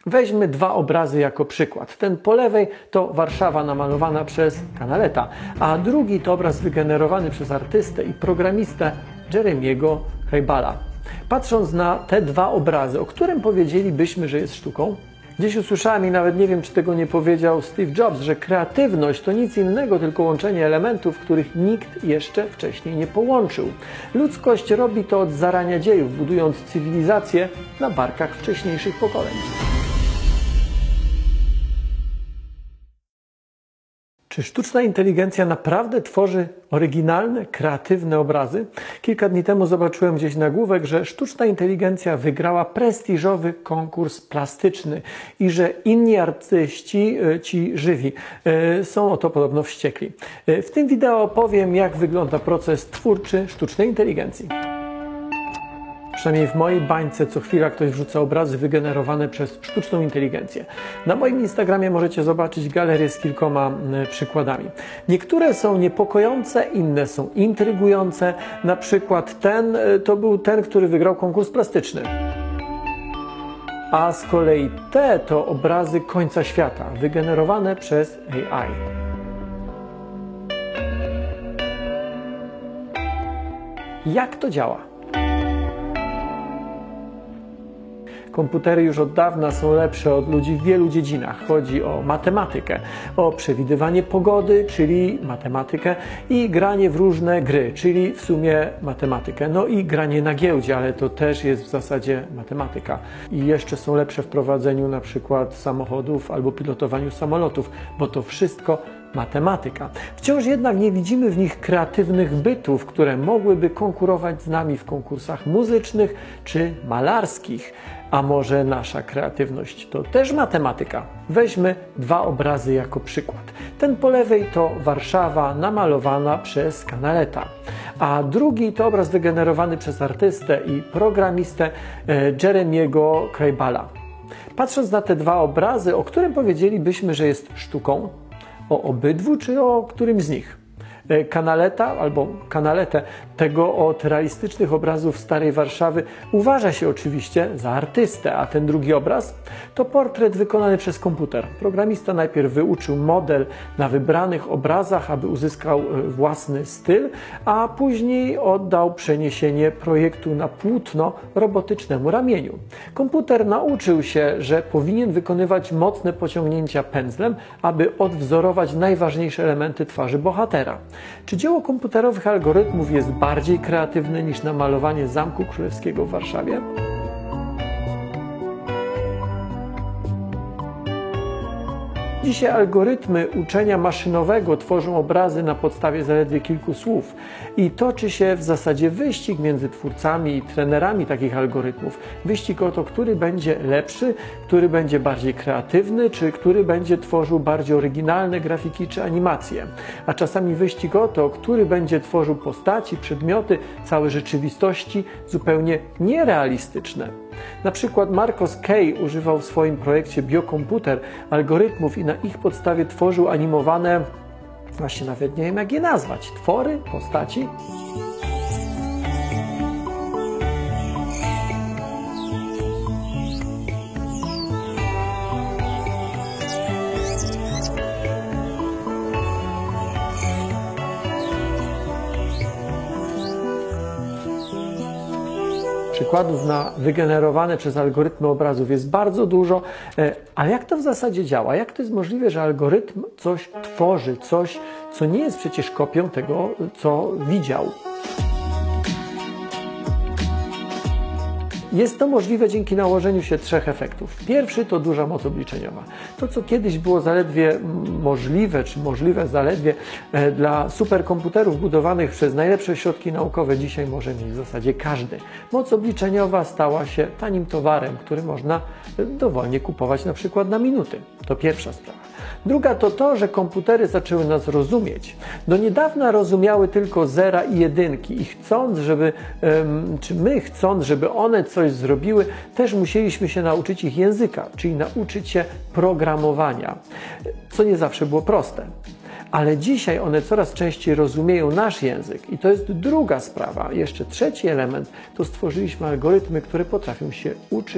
Weźmy dwa obrazy jako przykład. Ten po lewej to Warszawa namalowana przez Canaleta, a drugi to obraz wygenerowany przez artystę i programistę Jeremiego Krejbala. Patrząc na te dwa obrazy, o którym powiedzielibyśmy, że jest sztuką? Gdzieś usłyszałem i nawet nie wiem, czy tego nie powiedział Steve Jobs, że kreatywność to nic innego, tylko łączenie elementów, których nikt jeszcze wcześniej nie połączył. Ludzkość robi to od zarania dziejów, budując cywilizację na barkach wcześniejszych pokoleń. Czy sztuczna inteligencja naprawdę tworzy oryginalne, kreatywne obrazy? Kilka dni temu zobaczyłem gdzieś nagłówek, że sztuczna inteligencja wygrała prestiżowy konkurs plastyczny i że inni artyści, ci żywi, są o to podobno wściekli. W tym wideo opowiem, jak wygląda proces twórczy sztucznej inteligencji. Przynajmniej w mojej bańce co chwila ktoś wrzuca obrazy wygenerowane przez sztuczną inteligencję. Na moim Instagramie możecie zobaczyć galerię z kilkoma przykładami. Niektóre są niepokojące, inne są intrygujące. Na przykład ten to był ten, który wygrał konkurs plastyczny. A z kolei te to obrazy końca świata, wygenerowane przez AI. Jak to działa? Komputery już od dawna są lepsze od ludzi w wielu dziedzinach. Chodzi o matematykę, o przewidywanie pogody, czyli matematykę, i granie w różne gry, czyli w sumie matematykę. No i granie na giełdzie, ale to też jest w zasadzie matematyka. I jeszcze są lepsze w prowadzeniu na przykład samochodów albo pilotowaniu samolotów, bo to wszystko matematyka. Wciąż jednak nie widzimy w nich kreatywnych bytów, które mogłyby konkurować z nami w konkursach muzycznych czy malarskich. A może nasza kreatywność to też matematyka? Weźmy dwa obrazy jako przykład. Ten po lewej to Warszawa namalowana przez Canaleta, a drugi to obraz wygenerowany przez artystę i programistę Jeremiego Krejbala. Patrząc na te dwa obrazy, o którym powiedzielibyśmy, że jest sztuką? O obydwu, czy o którymś z nich? Canaleta albo Canaletę, tego od realistycznych obrazów starej Warszawy, uważa się oczywiście za artystę, a ten drugi obraz to portret wykonany przez komputer. Programista najpierw wyuczył model na wybranych obrazach, aby uzyskał własny styl, a później oddał przeniesienie projektu na płótno robotycznemu ramieniu. Komputer nauczył się, że powinien wykonywać mocne pociągnięcia pędzlem, aby odwzorować najważniejsze elementy twarzy bohatera. Czy dzieło komputerowych algorytmów jest bardziej kreatywne niż namalowanie Zamku Królewskiego w Warszawie? Dzisiaj algorytmy uczenia maszynowego tworzą obrazy na podstawie zaledwie kilku słów i toczy się w zasadzie wyścig między twórcami i trenerami takich algorytmów. Wyścig o to, który będzie lepszy, który będzie bardziej kreatywny, czy który będzie tworzył bardziej oryginalne grafiki czy animacje. A czasami wyścig o to, który będzie tworzył postaci, przedmioty, całe rzeczywistości zupełnie nierealistyczne. Na przykład Marcos Kay używał w swoim projekcie Biokomputer algorytmów i na ich podstawie tworzył animowane, właśnie nawet nie wiem jak je nazwać, twory, postaci. Przykładów na wygenerowane przez algorytmy obrazów jest bardzo dużo, ale jak to w zasadzie działa? Jak to jest możliwe, że algorytm coś tworzy, coś, co nie jest przecież kopią tego, co widział? Jest to możliwe dzięki nałożeniu się trzech efektów. Pierwszy to duża moc obliczeniowa. To, co kiedyś było zaledwie możliwe, czy możliwe zaledwie dla superkomputerów budowanych przez najlepsze ośrodki naukowe, dzisiaj może mieć w zasadzie każdy. Moc obliczeniowa stała się tanim towarem, który można dowolnie kupować na przykład na minuty. To pierwsza sprawa. Druga to to, że komputery zaczęły nas rozumieć. Do niedawna rozumiały tylko zera i jedynki i chcąc, żeby one coś zrobiły, też musieliśmy się nauczyć ich języka, czyli nauczyć się programowania, co nie zawsze było proste. Ale dzisiaj one coraz częściej rozumieją nasz język i to jest druga sprawa. Jeszcze trzeci element to stworzyliśmy algorytmy, które potrafią się uczyć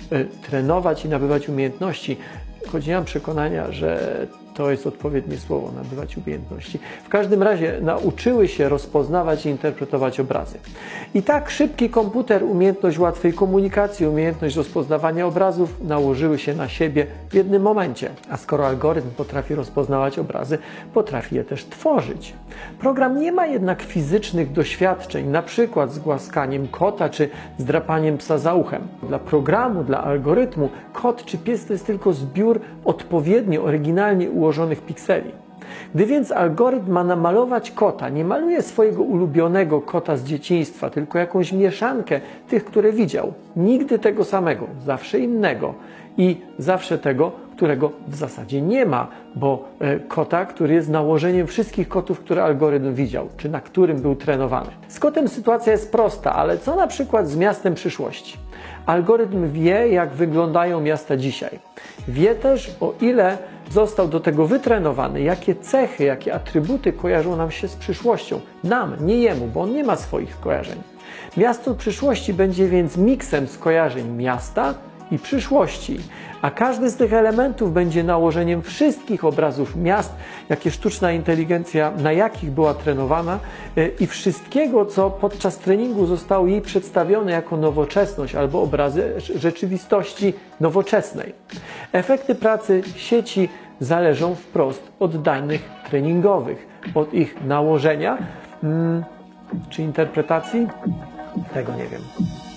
trenować i nabywać umiejętności. Choć nie mam przekonania, że to jest odpowiednie słowo, nabywać umiejętności. W każdym razie nauczyły się rozpoznawać i interpretować obrazy. I tak szybki komputer, umiejętność łatwej komunikacji, umiejętność rozpoznawania obrazów nałożyły się na siebie w jednym momencie. A skoro algorytm potrafi rozpoznawać obrazy, potrafi je też tworzyć. Program nie ma jednak fizycznych doświadczeń, na przykład z głaskaniem kota czy z drapaniem psa za uchem. Dla programu, dla algorytmu kot czy pies to jest tylko zbiór odpowiednio, oryginalnie ułożonych pikseli. Gdy więc algorytm ma namalować kota, nie maluje swojego ulubionego kota z dzieciństwa, tylko jakąś mieszankę tych, które widział. Nigdy tego samego, zawsze innego i zawsze tego, którego w zasadzie nie ma, bo kota, który jest nałożeniem wszystkich kotów, które algorytm widział, czy na którym był trenowany. Z kotem sytuacja jest prosta, ale co na przykład z miastem przyszłości? Algorytm wie, jak wyglądają miasta dzisiaj. Wie też, o ile został do tego wytrenowany, jakie cechy, jakie atrybuty kojarzą nam się z przyszłością. Nam, nie jemu, bo on nie ma swoich kojarzeń. Miasto przyszłości będzie więc miksem skojarzeń miasta i przyszłości, a każdy z tych elementów będzie nałożeniem wszystkich obrazów miast, jakie sztuczna inteligencja, na jakich była trenowana i wszystkiego, co podczas treningu zostało jej przedstawione jako nowoczesność albo obrazy rzeczywistości nowoczesnej. Efekty pracy sieci zależą wprost od danych treningowych, od ich nałożenia czy interpretacji? Tego nie wiem.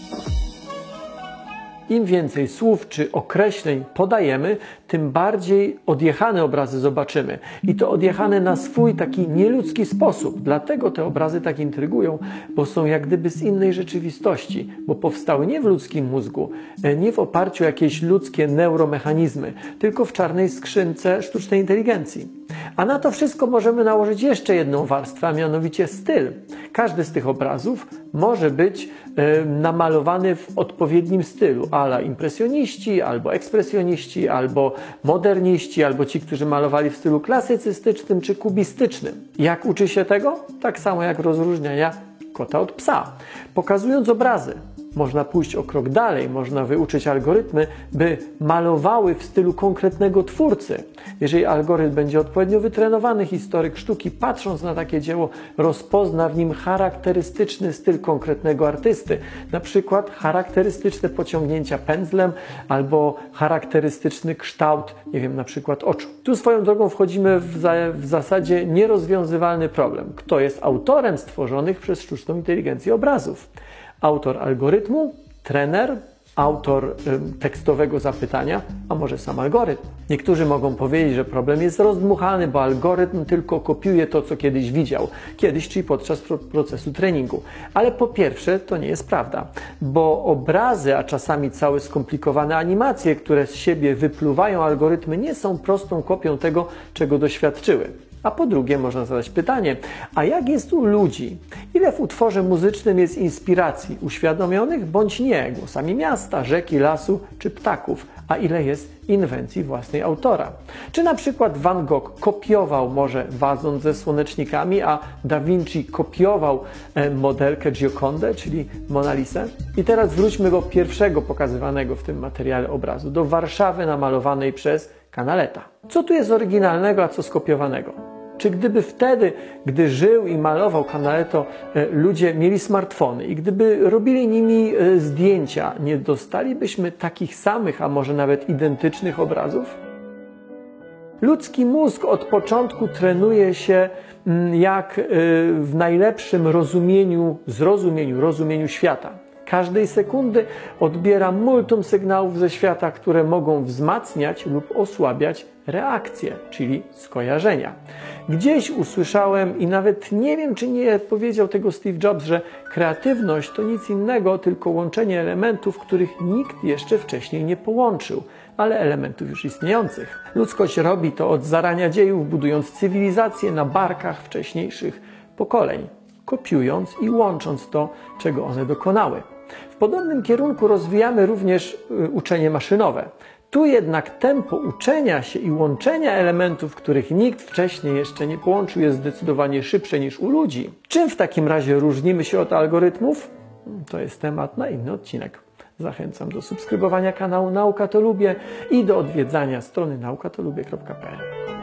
Im więcej słów czy określeń podajemy, tym bardziej odjechane obrazy zobaczymy. I to odjechane na swój taki nieludzki sposób. Dlatego te obrazy tak intrygują, bo są jak gdyby z innej rzeczywistości, bo powstały nie w ludzkim mózgu, nie w oparciu o jakieś ludzkie neuromechanizmy, tylko w czarnej skrzynce sztucznej inteligencji. A na to wszystko możemy nałożyć jeszcze jedną warstwę, a mianowicie styl. Każdy z tych obrazów może być namalowany w odpowiednim stylu, a la impresjoniści, albo ekspresjoniści, albo moderniści, albo ci, którzy malowali w stylu klasycystycznym czy kubistycznym. Jak uczy się tego? Tak samo jak rozróżniania kota od psa. Pokazując obrazy, można pójść o krok dalej, można wyuczyć algorytmy, by malowały w stylu konkretnego twórcy. Jeżeli algorytm będzie odpowiednio wytrenowany, historyk sztuki, patrząc na takie dzieło, rozpozna w nim charakterystyczny styl konkretnego artysty. Na przykład charakterystyczne pociągnięcia pędzlem albo charakterystyczny kształt, nie wiem, na przykład oczu. Tu swoją drogą wchodzimy w zasadzie nierozwiązywalny problem. Kto jest autorem stworzonych przez sztuczną inteligencję obrazów? Autor algorytmu, trener, autor tekstowego zapytania, a może sam algorytm. Niektórzy mogą powiedzieć, że problem jest rozdmuchany, bo algorytm tylko kopiuje to, co kiedyś widział. Kiedyś, czyli podczas procesu treningu. Ale po pierwsze, to nie jest prawda, bo obrazy, a czasami całe skomplikowane animacje, które z siebie wypluwają algorytmy, nie są prostą kopią tego, czego doświadczyły. A po drugie można zadać pytanie, a jak jest u ludzi? Ile w utworze muzycznym jest inspiracji uświadomionych bądź nie, głosami miasta, rzeki, lasu czy ptaków, a ile jest inwencji własnej autora? Czy na przykład Van Gogh kopiował może wazon ze słonecznikami, a Da Vinci kopiował modelkę Giocondę, czyli Mona Lisę? I teraz wróćmy do pierwszego pokazywanego w tym materiale obrazu, do Warszawy namalowanej przez Canaleta. Co tu jest oryginalnego, a co skopiowanego? Czy gdyby wtedy, gdy żył i malował Canaletto, ludzie mieli smartfony i gdyby robili nimi zdjęcia, nie dostalibyśmy takich samych, a może nawet identycznych obrazów? Ludzki mózg od początku trenuje się jak w najlepszym rozumieniu świata. Każdej sekundy odbiera multum sygnałów ze świata, które mogą wzmacniać lub osłabiać reakcje, czyli skojarzenia. Gdzieś usłyszałem i nawet nie wiem, czy nie powiedział tego Steve Jobs, że kreatywność to nic innego, tylko łączenie elementów, których nikt jeszcze wcześniej nie połączył, ale elementów już istniejących. Ludzkość robi to od zarania dziejów, budując cywilizację na barkach wcześniejszych pokoleń, kopiując i łącząc to, czego one dokonały. W podobnym kierunku rozwijamy również uczenie maszynowe. Tu jednak tempo uczenia się i łączenia elementów, których nikt wcześniej jeszcze nie połączył, jest zdecydowanie szybsze niż u ludzi. Czym w takim razie różnimy się od algorytmów? To jest temat na inny odcinek. Zachęcam do subskrybowania kanału Nauka to Lubię i do odwiedzania strony naukatolubię.pl.